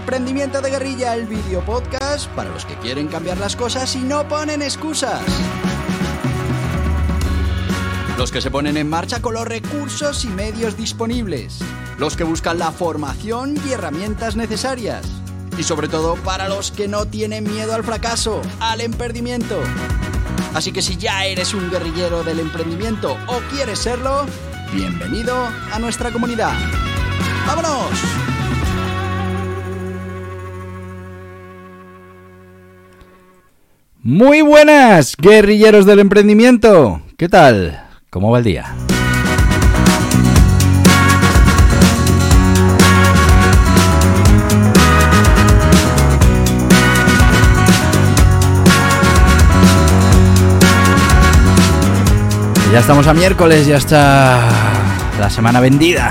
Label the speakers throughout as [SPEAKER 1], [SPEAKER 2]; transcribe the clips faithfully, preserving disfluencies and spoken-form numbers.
[SPEAKER 1] Emprendimiento de Guerrilla, el video podcast para los que quieren cambiar las cosas y no ponen excusas. Los que se ponen en marcha con los recursos y medios disponibles. Los que buscan la formación y herramientas necesarias. Y sobre todo para los que no tienen miedo al fracaso, al emprendimiento. Así que si ya eres un guerrillero del emprendimiento o quieres serlo, bienvenido a nuestra comunidad. ¡Vámonos!
[SPEAKER 2] Muy buenas, guerrilleros del emprendimiento. ¿Qué tal? ¿Cómo va el día? Ya estamos a miércoles, ya está la semana vendida.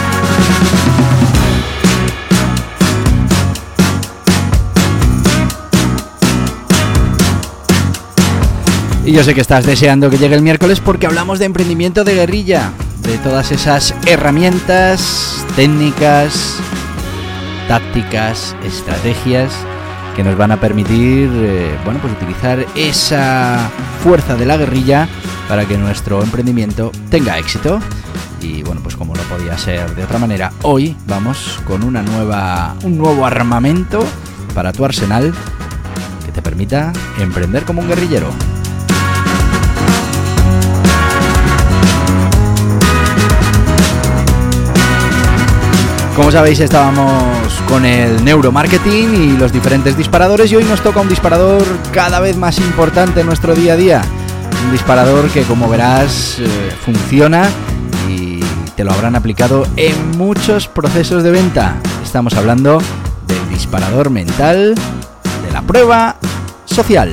[SPEAKER 2] Y yo sé que estás deseando que llegue el miércoles porque hablamos de emprendimiento de guerrilla, de todas esas herramientas, técnicas, tácticas, estrategias que nos van a permitir, eh, bueno, pues utilizar esa fuerza de la guerrilla para que nuestro emprendimiento tenga éxito. Y bueno, pues como no podía ser de otra manera, hoy vamos con una nueva, un nuevo armamento para tu arsenal que te permita emprender como un guerrillero. Como sabéis, estábamos con el neuromarketing y los diferentes disparadores y hoy nos toca un disparador cada vez más importante en nuestro día a día. Un disparador que, como verás, eh, funciona y te lo habrán aplicado en muchos procesos de venta. Estamos hablando del disparador mental de la prueba social.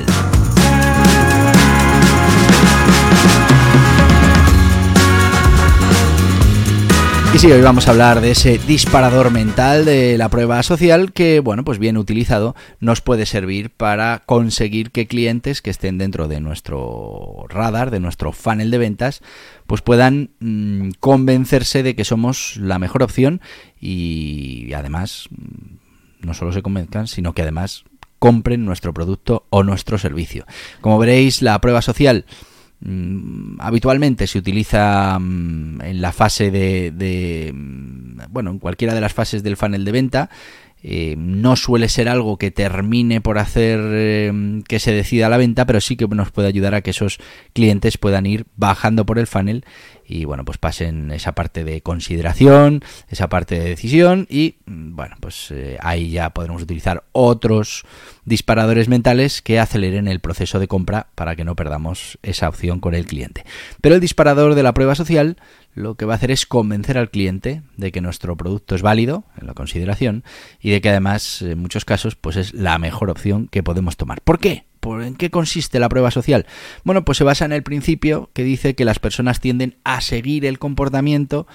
[SPEAKER 2] Y sí, hoy vamos a hablar de ese disparador mental de la prueba social que, bueno, pues bien utilizado nos puede servir para conseguir que clientes que estén dentro de nuestro radar, de nuestro funnel de ventas, pues puedan mmm, convencerse de que somos la mejor opción y además no solo se convenzcan, sino que además compren nuestro producto o nuestro servicio. Como veréis, la prueba social habitualmente se utiliza en la fase de, de bueno, en cualquiera de las fases del funnel de venta. Eh, no suele ser algo que termine por hacer eh, que se decida la venta, pero sí que nos puede ayudar a que esos clientes puedan ir bajando por el funnel y bueno, pues pasen esa parte de consideración, esa parte de decisión y bueno, pues eh, ahí ya podremos utilizar otros disparadores mentales que aceleren el proceso de compra para que no perdamos esa opción con el cliente. Pero el disparador de la prueba social lo que va a hacer es convencer al cliente de que nuestro producto es válido en la consideración y de que además en muchos casos pues es la mejor opción que podemos tomar. ¿Por qué? ¿En qué consiste la prueba social? Bueno, pues se basa en el principio que dice que las personas tienden a seguir el comportamiento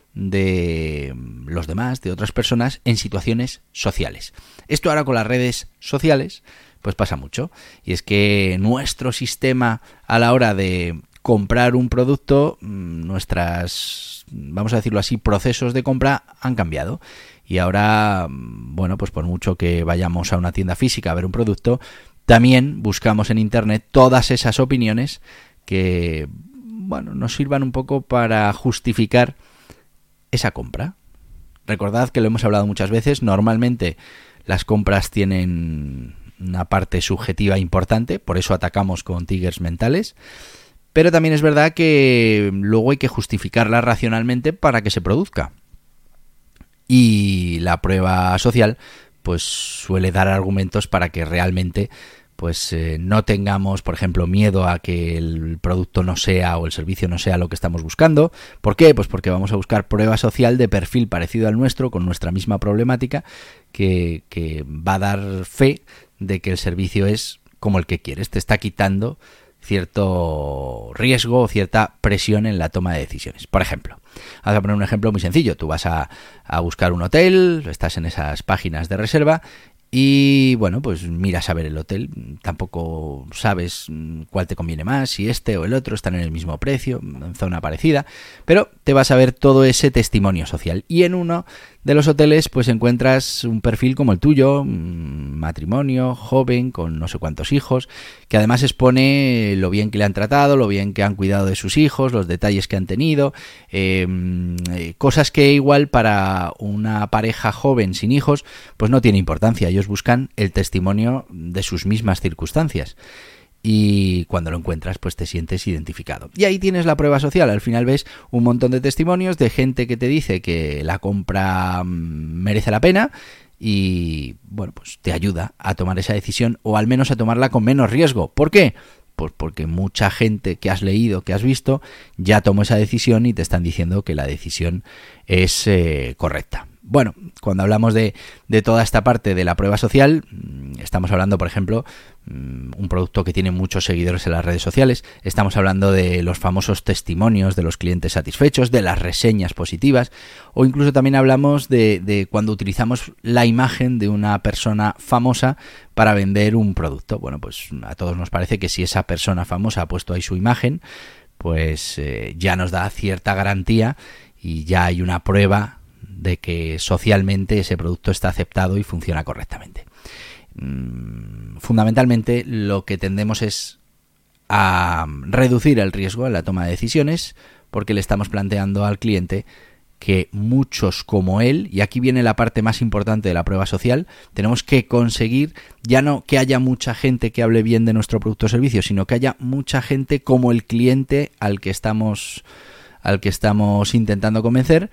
[SPEAKER 2] de los demás, de otras personas, en situaciones sociales. Esto ahora con las redes sociales pues pasa mucho. Y es que nuestro sistema a la hora de comprar un producto, nuestras, vamos a decirlo así, procesos de compra han cambiado. Y ahora, bueno, pues por mucho que vayamos a una tienda física a ver un producto, también buscamos en internet todas esas opiniones que, bueno, nos sirvan un poco para justificar esa compra. Recordad que lo hemos hablado muchas veces, normalmente las compras tienen una parte subjetiva importante, por eso atacamos con triggers mentales, pero también es verdad que luego hay que justificarla racionalmente para que se produzca. Y la prueba social pues suele dar argumentos para que realmente pues eh, no tengamos, por ejemplo, miedo a que el producto no sea o el servicio no sea lo que estamos buscando. ¿Por qué? Pues porque vamos a buscar prueba social de perfil parecido al nuestro, con nuestra misma problemática, que, que va a dar fe de que el servicio es como el que quieres. Te está quitando cierto riesgo o cierta presión en la toma de decisiones. Por ejemplo, vamos a poner un ejemplo muy sencillo. Tú vas a, a buscar un hotel, estás en esas páginas de reserva y, bueno, pues miras a ver el hotel. Tampoco sabes cuál te conviene más, si este o el otro están en el mismo precio, en zona parecida, pero te vas a ver todo ese testimonio social. Y en uno de los hoteles, pues encuentras un perfil como el tuyo, matrimonio, joven, con no sé cuántos hijos, que además expone lo bien que le han tratado, lo bien que han cuidado de sus hijos, los detalles que han tenido, eh, cosas que igual para una pareja joven sin hijos, pues no tiene importancia. Ellos buscan el testimonio de sus mismas circunstancias. Y cuando lo encuentras, pues te sientes identificado. Y ahí tienes la prueba social. Al final ves un montón de testimonios de gente que te dice que la compra merece la pena y, bueno, pues te ayuda a tomar esa decisión o al menos a tomarla con menos riesgo. ¿Por qué? Pues porque mucha gente que has leído, que has visto, ya tomó esa decisión y te están diciendo que la decisión es eh, correcta. Bueno, cuando hablamos de, de toda esta parte de la prueba social, estamos hablando, por ejemplo, un producto que tiene muchos seguidores en las redes sociales, estamos hablando de los famosos testimonios de los clientes satisfechos, de las reseñas positivas, o incluso también hablamos de, de cuando utilizamos la imagen de una persona famosa para vender un producto. Bueno, pues a todos nos parece que si esa persona famosa ha puesto ahí su imagen, pues eh, ya nos da cierta garantía y ya hay una prueba de que socialmente ese producto está aceptado y funciona correctamente. Fundamentalmente lo que tendemos es a reducir el riesgo en la toma de decisiones porque le estamos planteando al cliente que muchos como él, y aquí viene la parte más importante de la prueba social, tenemos que conseguir ya no que haya mucha gente que hable bien de nuestro producto o servicio, sino que haya mucha gente como el cliente al que estamos, al que estamos intentando convencer.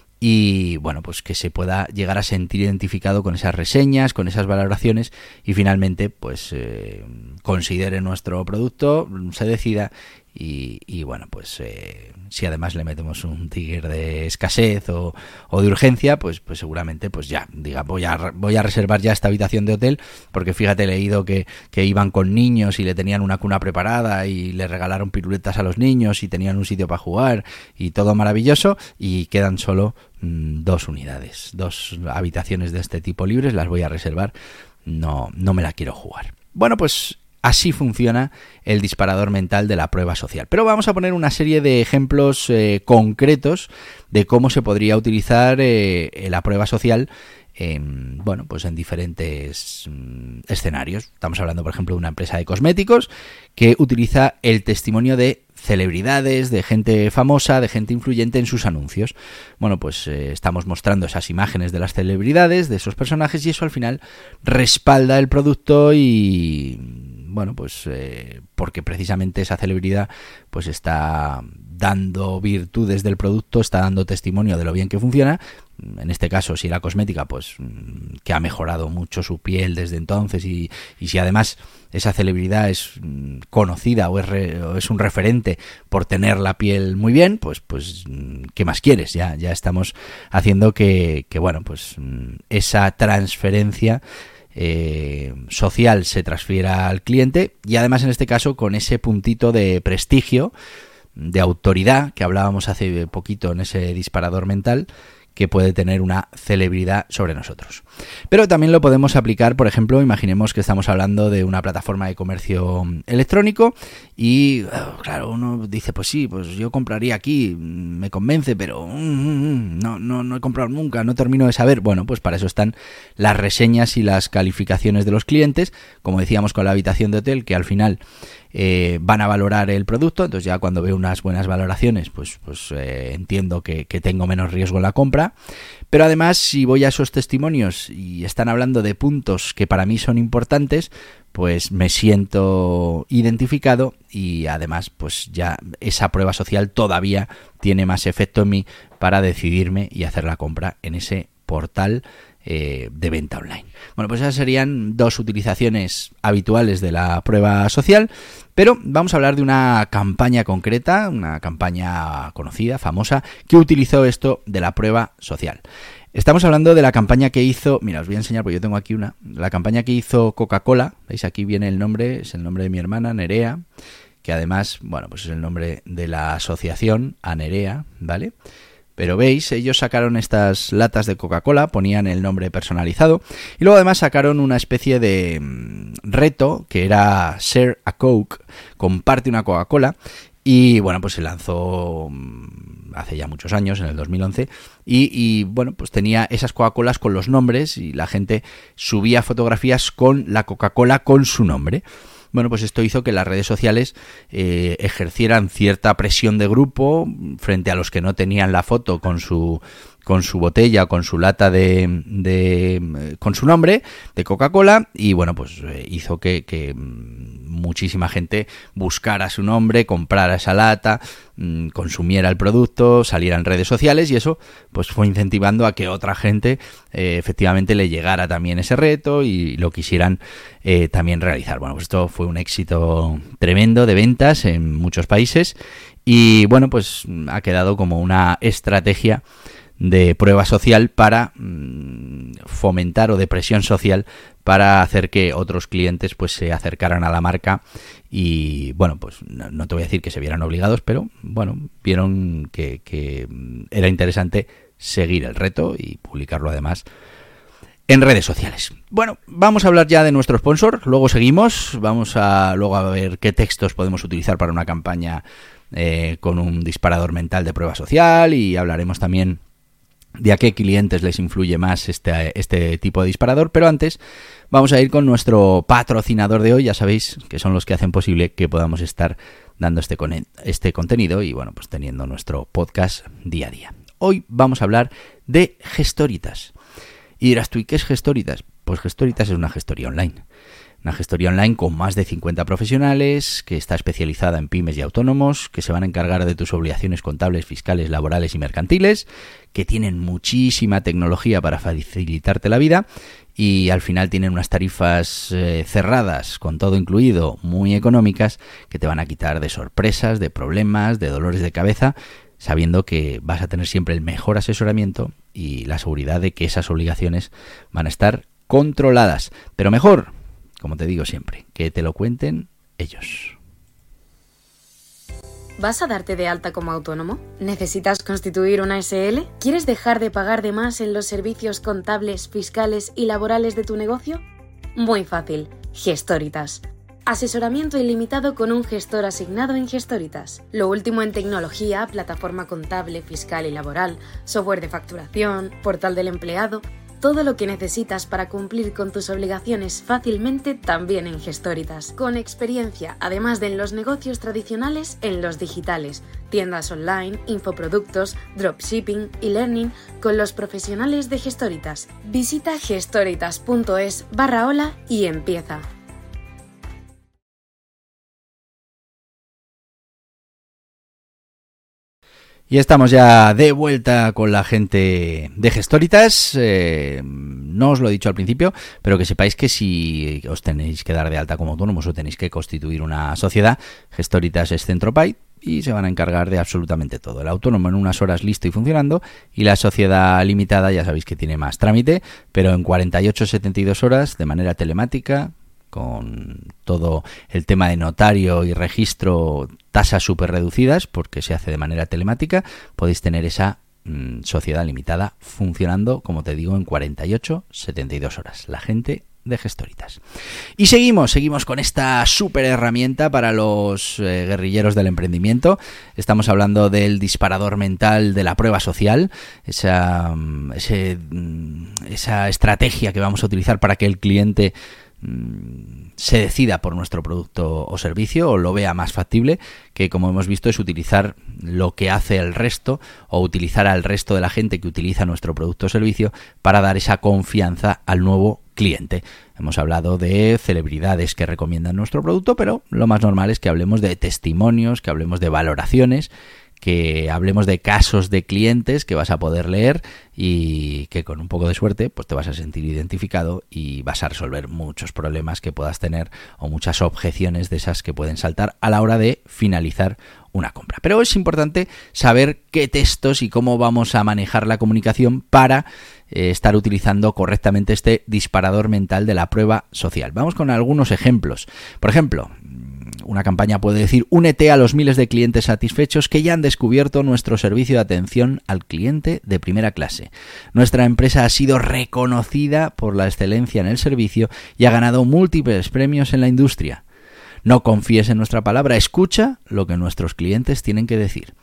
[SPEAKER 2] Y bueno, pues que se pueda llegar a sentir identificado con esas reseñas, con esas valoraciones y finalmente pues eh, considere nuestro producto, se decida y, y bueno, pues eh, si además le metemos un trigger de escasez o, o de urgencia, pues, pues seguramente pues ya diga voy a voy a reservar ya esta habitación de hotel porque fíjate, he leído que, que iban con niños y le tenían una cuna preparada y le regalaron piruletas a los niños y tenían un sitio para jugar y todo maravilloso y quedan solo mmm, dos unidades, dos habitaciones de este tipo libres, las voy a reservar, no, no me la quiero jugar. Bueno, pues así funciona el disparador mental de la prueba social. Pero vamos a poner una serie de ejemplos eh, concretos de cómo se podría utilizar eh, la prueba social en, bueno, pues en diferentes mm, escenarios. Estamos hablando, por ejemplo, de una empresa de cosméticos que utiliza el testimonio de celebridades, de gente famosa, de gente influyente en sus anuncios. Bueno, pues eh, estamos mostrando esas imágenes de las celebridades, de esos personajes, y eso al final respalda el producto y, bueno, pues eh, porque precisamente esa celebridad pues está dando virtudes del producto, está dando testimonio de lo bien que funciona. En este caso, si la cosmética, pues que ha mejorado mucho su piel desde entonces y, y si además esa celebridad es conocida o es, re, o es un referente por tener la piel muy bien, pues, pues ¿qué más quieres? Ya, ya estamos haciendo que, que bueno, pues esa transferencia Eh, social se transfiera al cliente y además en este caso con ese puntito de prestigio, de autoridad que hablábamos hace poquito en ese disparador mental que puede tener una celebridad sobre nosotros. Pero también lo podemos aplicar, por ejemplo, imaginemos que estamos hablando de una plataforma de comercio electrónico y, claro, uno dice, pues sí, pues yo compraría aquí, me convence, pero mm, no, no, no he comprado nunca, no termino de saber. Bueno, pues para eso están las reseñas y las calificaciones de los clientes, como decíamos con la habitación de hotel, que al final Eh, van a valorar el producto, entonces ya cuando veo unas buenas valoraciones pues, pues eh, entiendo que, que tengo menos riesgo en la compra, pero además si voy a esos testimonios y están hablando de puntos que para mí son importantes, pues me siento identificado y además pues ya esa prueba social todavía tiene más efecto en mí para decidirme y hacer la compra en ese portal Eh, de venta online. Bueno, pues esas serían dos utilizaciones habituales de la prueba social, pero vamos a hablar de una campaña concreta, una campaña conocida, famosa, que utilizó esto de la prueba social. Estamos hablando de la campaña que hizo, mira, os voy a enseñar porque yo tengo aquí una, la campaña que hizo Coca-Cola, veis aquí viene el nombre, es el nombre de mi hermana, Nerea, que además, bueno, pues es el nombre de la asociación, Anerea, ¿vale? Pero veis, ellos sacaron estas latas de Coca-Cola, ponían el nombre personalizado y luego además sacaron una especie de reto que era Share a Coke, comparte una Coca-Cola y bueno, pues se lanzó hace ya muchos años, en el dos mil once, y, y bueno, pues tenía esas Coca-Colas con los nombres y la gente subía fotografías con la Coca-Cola con su nombre. Bueno, pues esto hizo que las redes sociales eh, ejercieran cierta presión de grupo frente a los que no tenían la foto con su con su botella o con su lata de, de con su nombre de Coca-Cola, y bueno, pues eh, hizo que, que muchísima gente buscara su nombre, comprara esa lata, mmm, consumiera el producto, saliera en redes sociales, y eso pues fue incentivando a que otra gente eh, efectivamente le llegara también ese reto y lo quisieran eh, también realizar. Bueno, pues esto fue un éxito tremendo de ventas en muchos países y bueno, pues ha quedado como una estrategia de prueba social para mmm, fomentar o de presión social para hacer que otros clientes pues se acercaran a la marca y bueno, pues no, no te voy a decir que se vieran obligados, pero bueno, vieron que, que era interesante seguir el reto y publicarlo además en redes sociales. Bueno, vamos a hablar ya de nuestro sponsor, luego seguimos, vamos a luego a ver qué textos podemos utilizar para una campaña eh, con un disparador mental de prueba social, y hablaremos también de a qué clientes les influye más este, este tipo de disparador, pero antes vamos a ir con nuestro patrocinador de hoy. Ya sabéis que son los que hacen posible que podamos estar dando este, con, este contenido y bueno, pues teniendo nuestro podcast día a día. Hoy vamos a hablar de Gestoritas. Y dirás tú, ¿y qué es Gestoritas? Pues Gestoritas es una gestoría online. Una gestoría online con más de cincuenta profesionales, que está especializada en pymes y autónomos, que se van a encargar de tus obligaciones contables, fiscales, laborales y mercantiles, que tienen muchísima tecnología para facilitarte la vida y al final tienen unas tarifas eh, cerradas, con todo incluido, muy económicas, que te van a quitar de sorpresas, de problemas, de dolores de cabeza, sabiendo que vas a tener siempre el mejor asesoramiento y la seguridad de que esas obligaciones van a estar controladas. Pero mejor, como te digo siempre, que te lo cuenten ellos.
[SPEAKER 3] ¿Vas a darte de alta como autónomo? ¿Necesitas constituir una ese ele? ¿Quieres dejar de pagar de más en los servicios contables, fiscales y laborales de tu negocio? Muy fácil. Gestoritas. Asesoramiento ilimitado con un gestor asignado en Gestoritas. Lo último en tecnología, plataforma contable, fiscal y laboral, software de facturación, portal del empleado. Todo lo que necesitas para cumplir con tus obligaciones fácilmente también en Gestoritas. Con experiencia, además de en los negocios tradicionales, en los digitales, tiendas online, infoproductos, dropshipping y learning con los profesionales de Gestoritas. Visita gestoritas.es barra hola y empieza.
[SPEAKER 2] Y estamos ya de vuelta con la gente de Gestoritas. Eh, no os lo he dicho al principio, pero que sepáis que si os tenéis que dar de alta como autónomos o tenéis que constituir una sociedad, Gestoritas es Centropay y se van a encargar de absolutamente todo. El autónomo en unas horas listo y funcionando, y la sociedad limitada ya sabéis que tiene más trámite, pero en cuarenta y ocho a setenta y dos horas de manera telemática, con todo el tema de notario y registro, tasas súper reducidas porque se hace de manera telemática, podéis tener esa mmm, sociedad limitada funcionando, como te digo, en cuarenta y ocho a setenta y dos horas. La gente de Gestoritas. Y seguimos, seguimos con esta súper herramienta para los eh, guerrilleros del emprendimiento. Estamos hablando del disparador mental de la prueba social, esa, ese, esa estrategia que vamos a utilizar para que el cliente se decida por nuestro producto o servicio o lo vea más factible, que como hemos visto es utilizar lo que hace el resto o utilizar al resto de la gente que utiliza nuestro producto o servicio para dar esa confianza al nuevo cliente. Hemos hablado de celebridades que recomiendan nuestro producto, pero lo más normal es que hablemos de testimonios, que hablemos de valoraciones, que hablemos de casos de clientes que vas a poder leer y que con un poco de suerte pues te vas a sentir identificado y vas a resolver muchos problemas que puedas tener o muchas objeciones de esas que pueden saltar a la hora de finalizar una compra. Pero es importante saber qué textos y cómo vamos a manejar la comunicación para eh, estar utilizando correctamente este disparador mental de la prueba social. Vamos con algunos ejemplos. Por ejemplo, una campaña puede decir: únete a los miles de clientes satisfechos que ya han descubierto nuestro servicio de atención al cliente de primera clase. Nuestra empresa ha sido reconocida por la excelencia en el servicio y ha ganado múltiples premios en la industria. No confíes en nuestra palabra, escucha lo que nuestros clientes tienen que decir.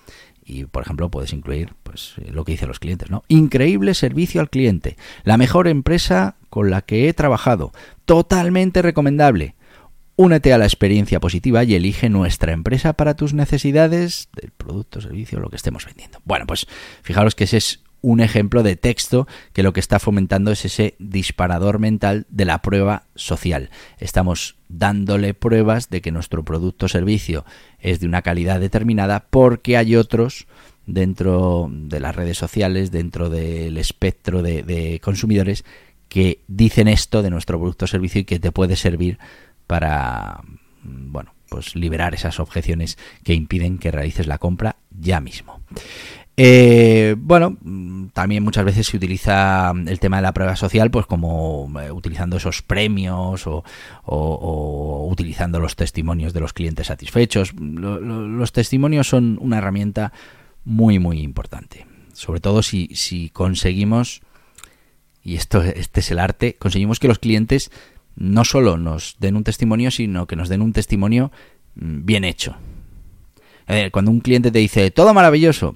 [SPEAKER 2] Y, por ejemplo, puedes incluir pues lo que dicen los clientes, ¿no? Increíble servicio al cliente. La mejor empresa con la que he trabajado. Totalmente recomendable. Únete a la experiencia positiva y elige nuestra empresa para tus necesidades del producto, servicio, lo que estemos vendiendo. Bueno, pues fijaros que ese es un ejemplo de texto que lo que está fomentando es ese disparador mental de la prueba social. Estamos dándole pruebas de que nuestro producto o servicio es de una calidad determinada porque hay otros dentro de las redes sociales, dentro del espectro de, de consumidores que dicen esto de nuestro producto o servicio y que te puede servir para, bueno, pues liberar esas objeciones que impiden que realices la compra ya mismo. Eh, bueno, también muchas veces se utiliza el tema de la prueba social pues como eh, utilizando esos premios o, o, o utilizando los testimonios de los clientes satisfechos. Lo, lo, los testimonios son una herramienta muy muy importante, sobre todo si, si conseguimos, y esto este es el arte, conseguimos que los clientes no solo nos den un testimonio, sino que nos den un testimonio bien hecho. Eh, cuando un cliente te dice todo maravilloso,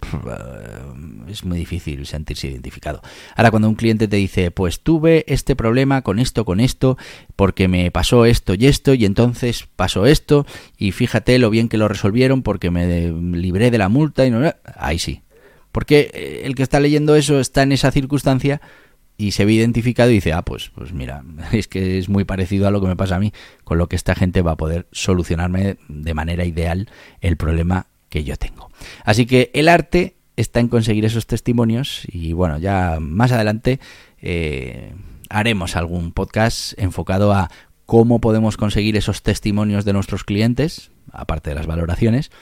[SPEAKER 2] es muy difícil sentirse identificado. Ahora, cuando un cliente te dice pues tuve este problema con esto, con esto, porque me pasó esto y esto, y entonces pasó esto, y fíjate lo bien que lo resolvieron porque me libré de la multa, y no, ahí sí. Porque el que está leyendo eso está en esa circunstancia y se ve identificado y dice, ah, pues, pues mira, es que es muy parecido a lo que me pasa a mí, con lo que esta gente va a poder solucionarme de manera ideal el problema que yo tengo. Así que el arte está en conseguir esos testimonios y bueno, ya más adelante eh, haremos algún podcast enfocado a cómo podemos conseguir esos testimonios de nuestros clientes, aparte de las valoraciones,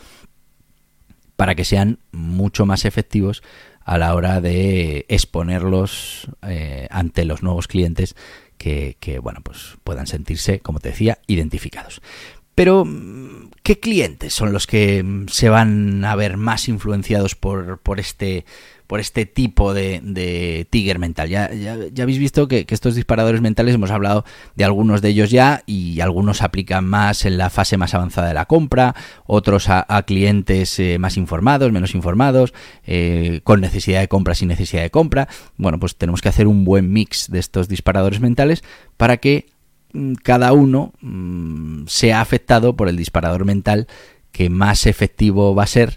[SPEAKER 2] para que sean mucho más efectivos a la hora de exponerlos eh, ante los nuevos clientes que, que bueno, pues puedan sentirse, como te decía, identificados. Pero, ¿qué clientes son los que se van a ver más influenciados por, por este por este tipo de, de trigger mental? Ya, ya, ya habéis visto que, que estos disparadores mentales, hemos hablado de algunos de ellos ya, y algunos se aplican más en la fase más avanzada de la compra, otros a, a clientes eh, más informados, menos informados, eh, con necesidad de compra, sin necesidad de compra. Bueno, pues tenemos que hacer un buen mix de estos disparadores mentales para que mm, cada uno mm, sea afectado por el disparador mental que más efectivo va a ser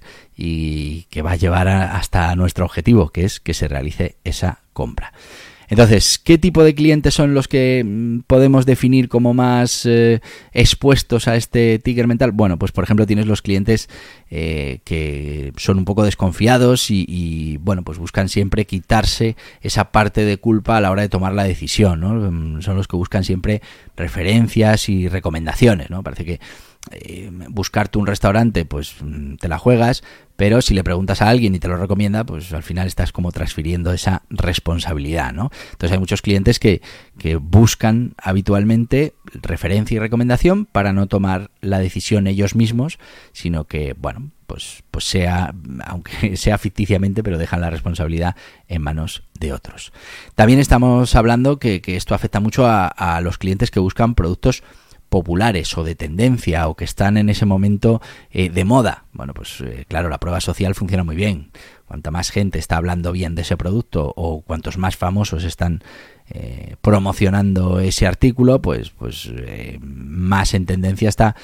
[SPEAKER 2] y que va a llevar a, hasta nuestro objetivo, que es que se realice esa compra. Entonces, ¿qué tipo de clientes son los que podemos definir como más eh, expuestos a este trigger mental? Bueno, pues por ejemplo tienes los clientes eh, que son un poco desconfiados y, y bueno, pues buscan siempre quitarse esa parte de culpa a la hora de tomar la decisión, ¿no? Son los que buscan siempre referencias y recomendaciones, ¿no? Parece que Eh, buscarte un restaurante, pues te la juegas, pero si le preguntas a alguien y te lo recomienda, pues al final estás como transfiriendo esa responsabilidad, ¿no? Entonces hay muchos clientes que, que buscan habitualmente referencia y recomendación para no tomar la decisión ellos mismos, sino que, bueno, pues, pues sea, aunque sea ficticiamente, pero dejan la responsabilidad en manos de otros. También estamos hablando que, que esto afecta mucho a, a los clientes que buscan productos populares o de tendencia o que están en ese momento eh, de moda. Bueno, pues eh, claro, la prueba social funciona muy bien. Cuanta más gente está hablando bien de ese producto o cuantos más famosos están eh, promocionando ese artículo, pues, pues eh, más en tendencia está,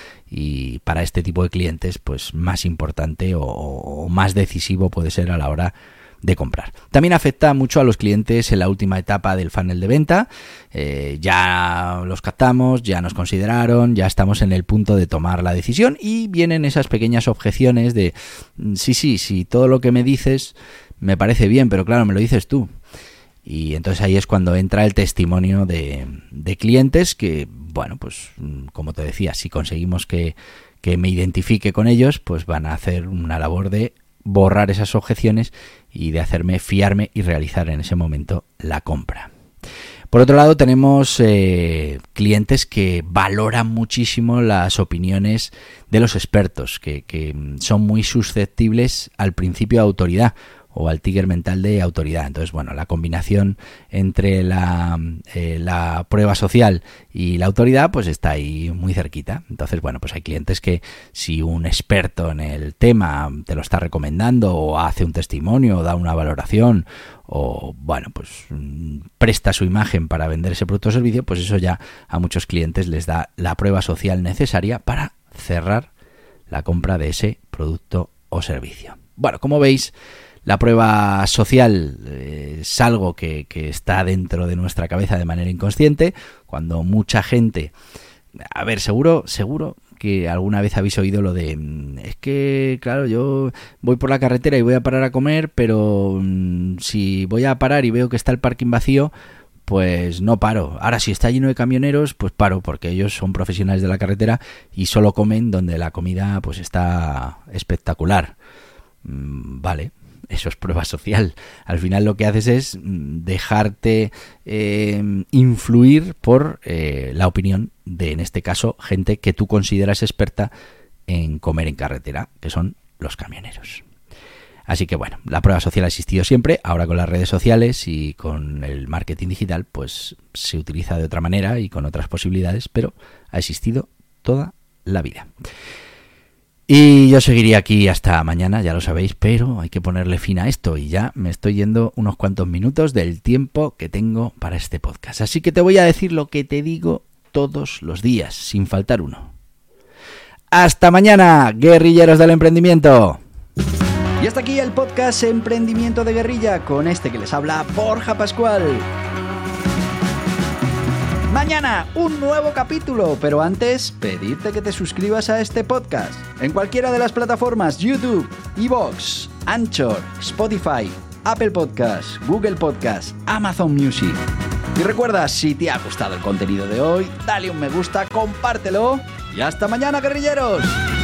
[SPEAKER 2] y para este tipo de clientes pues más importante o, o más decisivo puede ser a la hora de comprar. También afecta mucho a los clientes en la última etapa del funnel de venta. Eh, ya los captamos, ya nos consideraron, ya estamos en el punto de tomar la decisión y vienen esas pequeñas objeciones de sí, sí, sí, todo lo que me dices me parece bien, pero claro, me lo dices tú. Y entonces ahí es cuando entra el testimonio de, de clientes que, bueno, pues como te decía, si conseguimos que, que me identifique con ellos, pues van a hacer una labor de borrar esas objeciones y de hacerme fiarme y realizar en ese momento la compra. Por otro lado, tenemos eh, clientes que valoran muchísimo las opiniones de los expertos, que, que son muy susceptibles al principio de autoridad o al trigger mental de autoridad. Entonces, bueno, la combinación entre la, eh, la prueba social y la autoridad pues está ahí muy cerquita. Entonces, bueno, pues hay clientes que si un experto en el tema te lo está recomendando o hace un testimonio o da una valoración o, bueno, pues presta su imagen para vender ese producto o servicio, pues eso ya a muchos clientes les da la prueba social necesaria para cerrar la compra de ese producto o servicio. Bueno, como veis, la prueba social eh, es algo que, que está dentro de nuestra cabeza de manera inconsciente. Cuando mucha gente... A ver, seguro, seguro que alguna vez habéis oído lo de... Es que, claro, yo voy por la carretera y voy a parar a comer, pero mmm, si voy a parar y veo que está el parking vacío, pues no paro. Ahora, si está lleno de camioneros, pues paro, porque ellos son profesionales de la carretera y solo comen donde la comida pues está espectacular. Mm, vale, eso es prueba social. Al final lo que haces es dejarte eh, influir por eh, la opinión de, en este caso, gente que tú consideras experta en comer en carretera, que son los camioneros. Así que bueno, la prueba social ha existido siempre. Ahora con las redes sociales y con el marketing digital pues se utiliza de otra manera y con otras posibilidades, pero ha existido toda la vida. Y yo seguiría aquí hasta mañana, ya lo sabéis, pero hay que ponerle fin a esto y ya me estoy yendo unos cuantos minutos del tiempo que tengo para este podcast. Así que te voy a decir lo que te digo todos los días, sin faltar uno. ¡Hasta mañana, guerrilleros del emprendimiento!
[SPEAKER 1] Y hasta aquí el podcast Emprendimiento de Guerrilla, con este que les habla Borja Pascual. Mañana un nuevo capítulo, pero antes pedirte que te suscribas a este podcast en cualquiera de las plataformas YouTube, iVoox, Anchor, Spotify, Apple Podcasts, Google Podcasts, Amazon Music. Y recuerda, si te ha gustado el contenido de hoy, dale un me gusta, compártelo y hasta mañana, guerrilleros.